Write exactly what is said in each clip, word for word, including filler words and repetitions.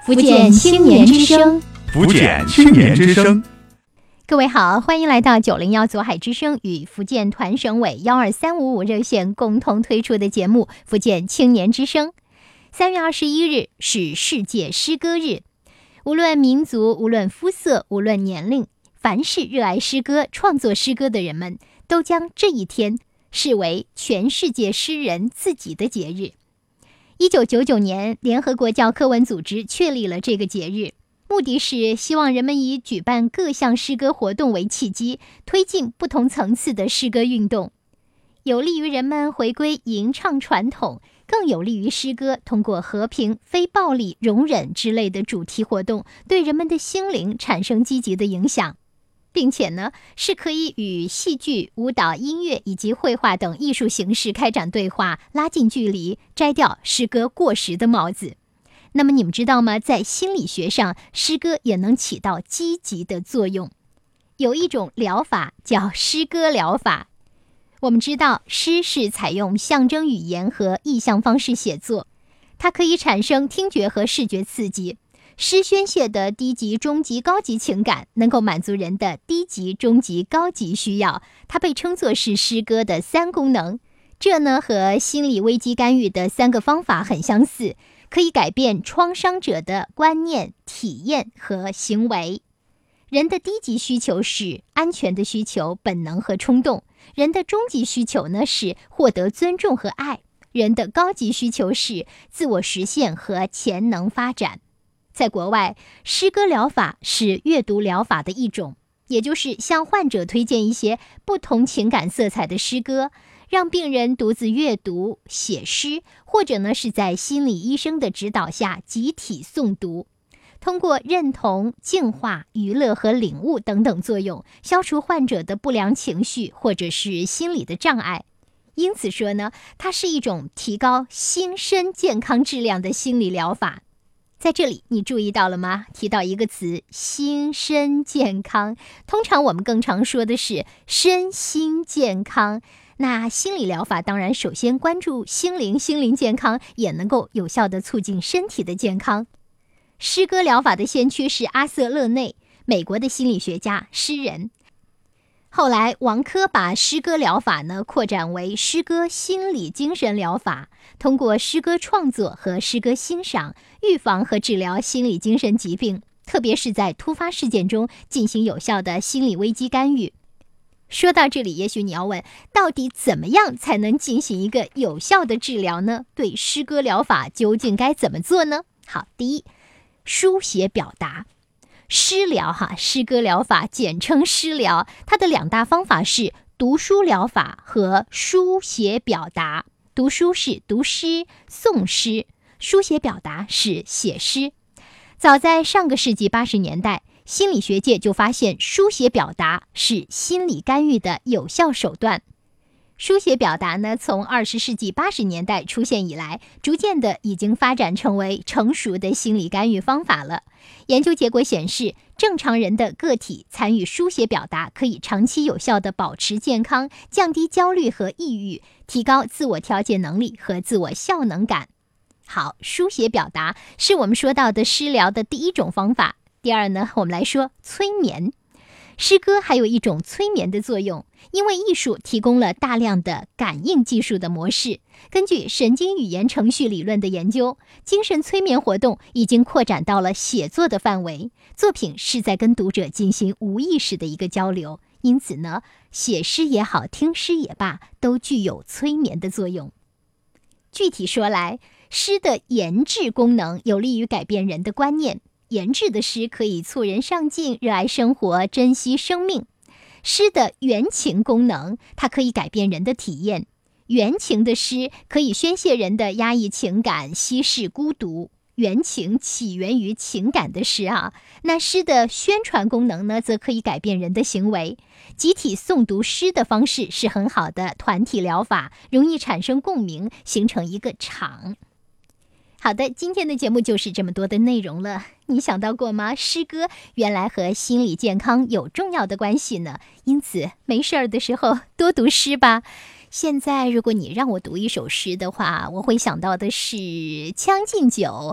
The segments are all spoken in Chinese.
福建青年之声， 福建青年之声。 各位好，欢迎来到九零幺左海之声与福建团省委幺二三五五热线共同推出的节目《福建青年之声》。三月二十一日是世界诗歌日，无论民族，无论肤色，无论年龄，凡是热爱诗歌、创作诗歌的人们，都将这一天视为全世界诗人自己的节日。一九九九年，联合国教科文组织确立了这个节日，目的是希望人们以举办各项诗歌活动为契机，推进不同层次的诗歌运动，有利于人们回归吟唱传统，更有利于诗歌通过和平、非暴力、容忍之类的主题活动，对人们的心灵产生积极的影响，并且呢，是可以与戏剧、舞蹈、音乐以及绘画等艺术形式开展对话，拉近距离，摘掉诗歌过时的帽子。那么你们知道吗？在心理学上，诗歌也能起到积极的作用。有一种疗法叫诗歌疗法。我们知道，诗是采用象征语言和意象方式写作，它可以产生听觉和视觉刺激。诗宣泄的低级、中级、高级情感，能够满足人的低级、中级、高级需要，它被称作是诗歌的三功能。这呢，和心理危机干预的三个方法很相似，可以改变创伤者的观念、体验和行为。人的低级需求是安全的需求、本能和冲动；人的终极需求呢是获得尊重和爱；人的高级需求是自我实现和潜能发展。在国外，诗歌疗法是阅读疗法的一种，也就是向患者推荐一些不同情感色彩的诗歌，让病人独自阅读、写诗，或者呢是在心理医生的指导下集体诵读，通过认同、净化、娱乐和领悟等等作用，消除患者的不良情绪或者是心理的障碍。因此说呢，它是一种提高心身健康质量的心理疗法。在这里你注意到了吗？提到一个词，心身健康。通常我们更常说的是身心健康。那心理疗法当然首先关注心灵，心灵健康也能够有效地促进身体的健康。诗歌疗法的先驱是阿瑟·勒内，美国的心理学家、诗人。后来王珂把诗歌疗法呢扩展为诗歌心理精神疗法，通过诗歌创作和诗歌欣赏，预防和治疗心理精神疾病，特别是在突发事件中进行有效的心理危机干预。说到这里，也许你要问，到底怎么样才能进行一个有效的治疗呢？对诗歌疗法究竟该怎么做呢？好，第一，书写表达。诗疗哈，诗歌疗法简称诗疗，它的两大方法是读书疗法和书写表达。读书是读诗、诵诗，书写表达是写诗。早在上个世纪八十年代，心理学界就发现书写表达是心理干预的有效手段。书写表达呢，从二十世纪八十年代出现以来，逐渐的已经发展成为成熟的心理干预方法了。研究结果显示，正常人的个体参与书写表达，可以长期有效地保持健康，降低焦虑和抑郁，提高自我调节能力和自我效能感。好，书写表达是我们说到的诗疗的第一种方法。第二呢，我们来说催眠。诗歌还有一种催眠的作用，因为艺术提供了大量的感应技术的模式。根据神经语言程序理论的研究，精神催眠活动已经扩展到了写作的范围，作品是在跟读者进行无意识的一个交流。因此呢，写诗也好，听诗也罢，都具有催眠的作用。具体说来，诗的研制功能有利于改变人的观念。研制的诗可以促人上进，热爱生活，珍惜生命。诗的原情功能，它可以改变人的体验。原情的诗可以宣泄人的压抑情感，稀释孤独。原情起源于情感的诗啊，那诗的宣传功能呢，则可以改变人的行为。集体诵读诗的方式是很好的团体疗法，容易产生共鸣，形成一个场。好的，今天的节目就是这么多的内容了。你想到过吗？诗歌原来和心理健康有重要的关系呢。因此，没事儿的时候多读诗吧。现在，如果你让我读一首诗的话，我会想到的是《将进酒》。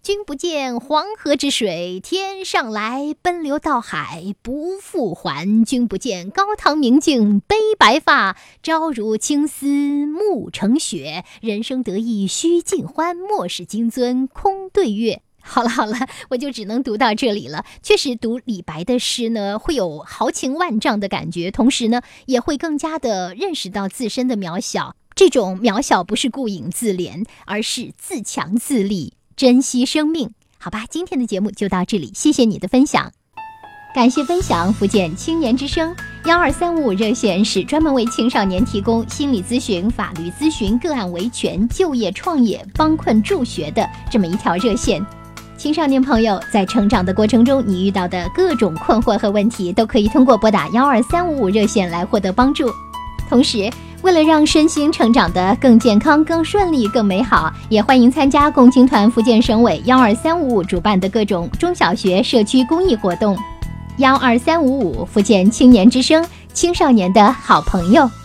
君不见黄河之水天上来，奔流到海不复还。君不见高堂明镜悲白发，朝如青丝暮成雪。人生得意须尽欢，莫使金樽空对月。好了好了，我就只能读到这里了。确实读李白的诗呢，会有豪情万丈的感觉，同时呢，也会更加的认识到自身的渺小。这种渺小不是顾影自怜，而是自强自立，珍惜生命。好吧，今天的节目就到这里，谢谢你的分享。感谢分享。福建青年之声幺二三五五热线是专门为青少年提供心理咨询、法律咨询、个案维权、就业创业、帮困助学的这么一条热线。青少年朋友在成长的过程中，你遇到的各种困惑和问题，都可以通过拨打幺二三五五热线来获得帮助。同时，为了让身心成长得更健康、更顺利、更美好，也欢迎参加共青团福建省委幺二三五五主办的各种中小学社区公益活动。幺二三五五福建青年之声，青少年的好朋友。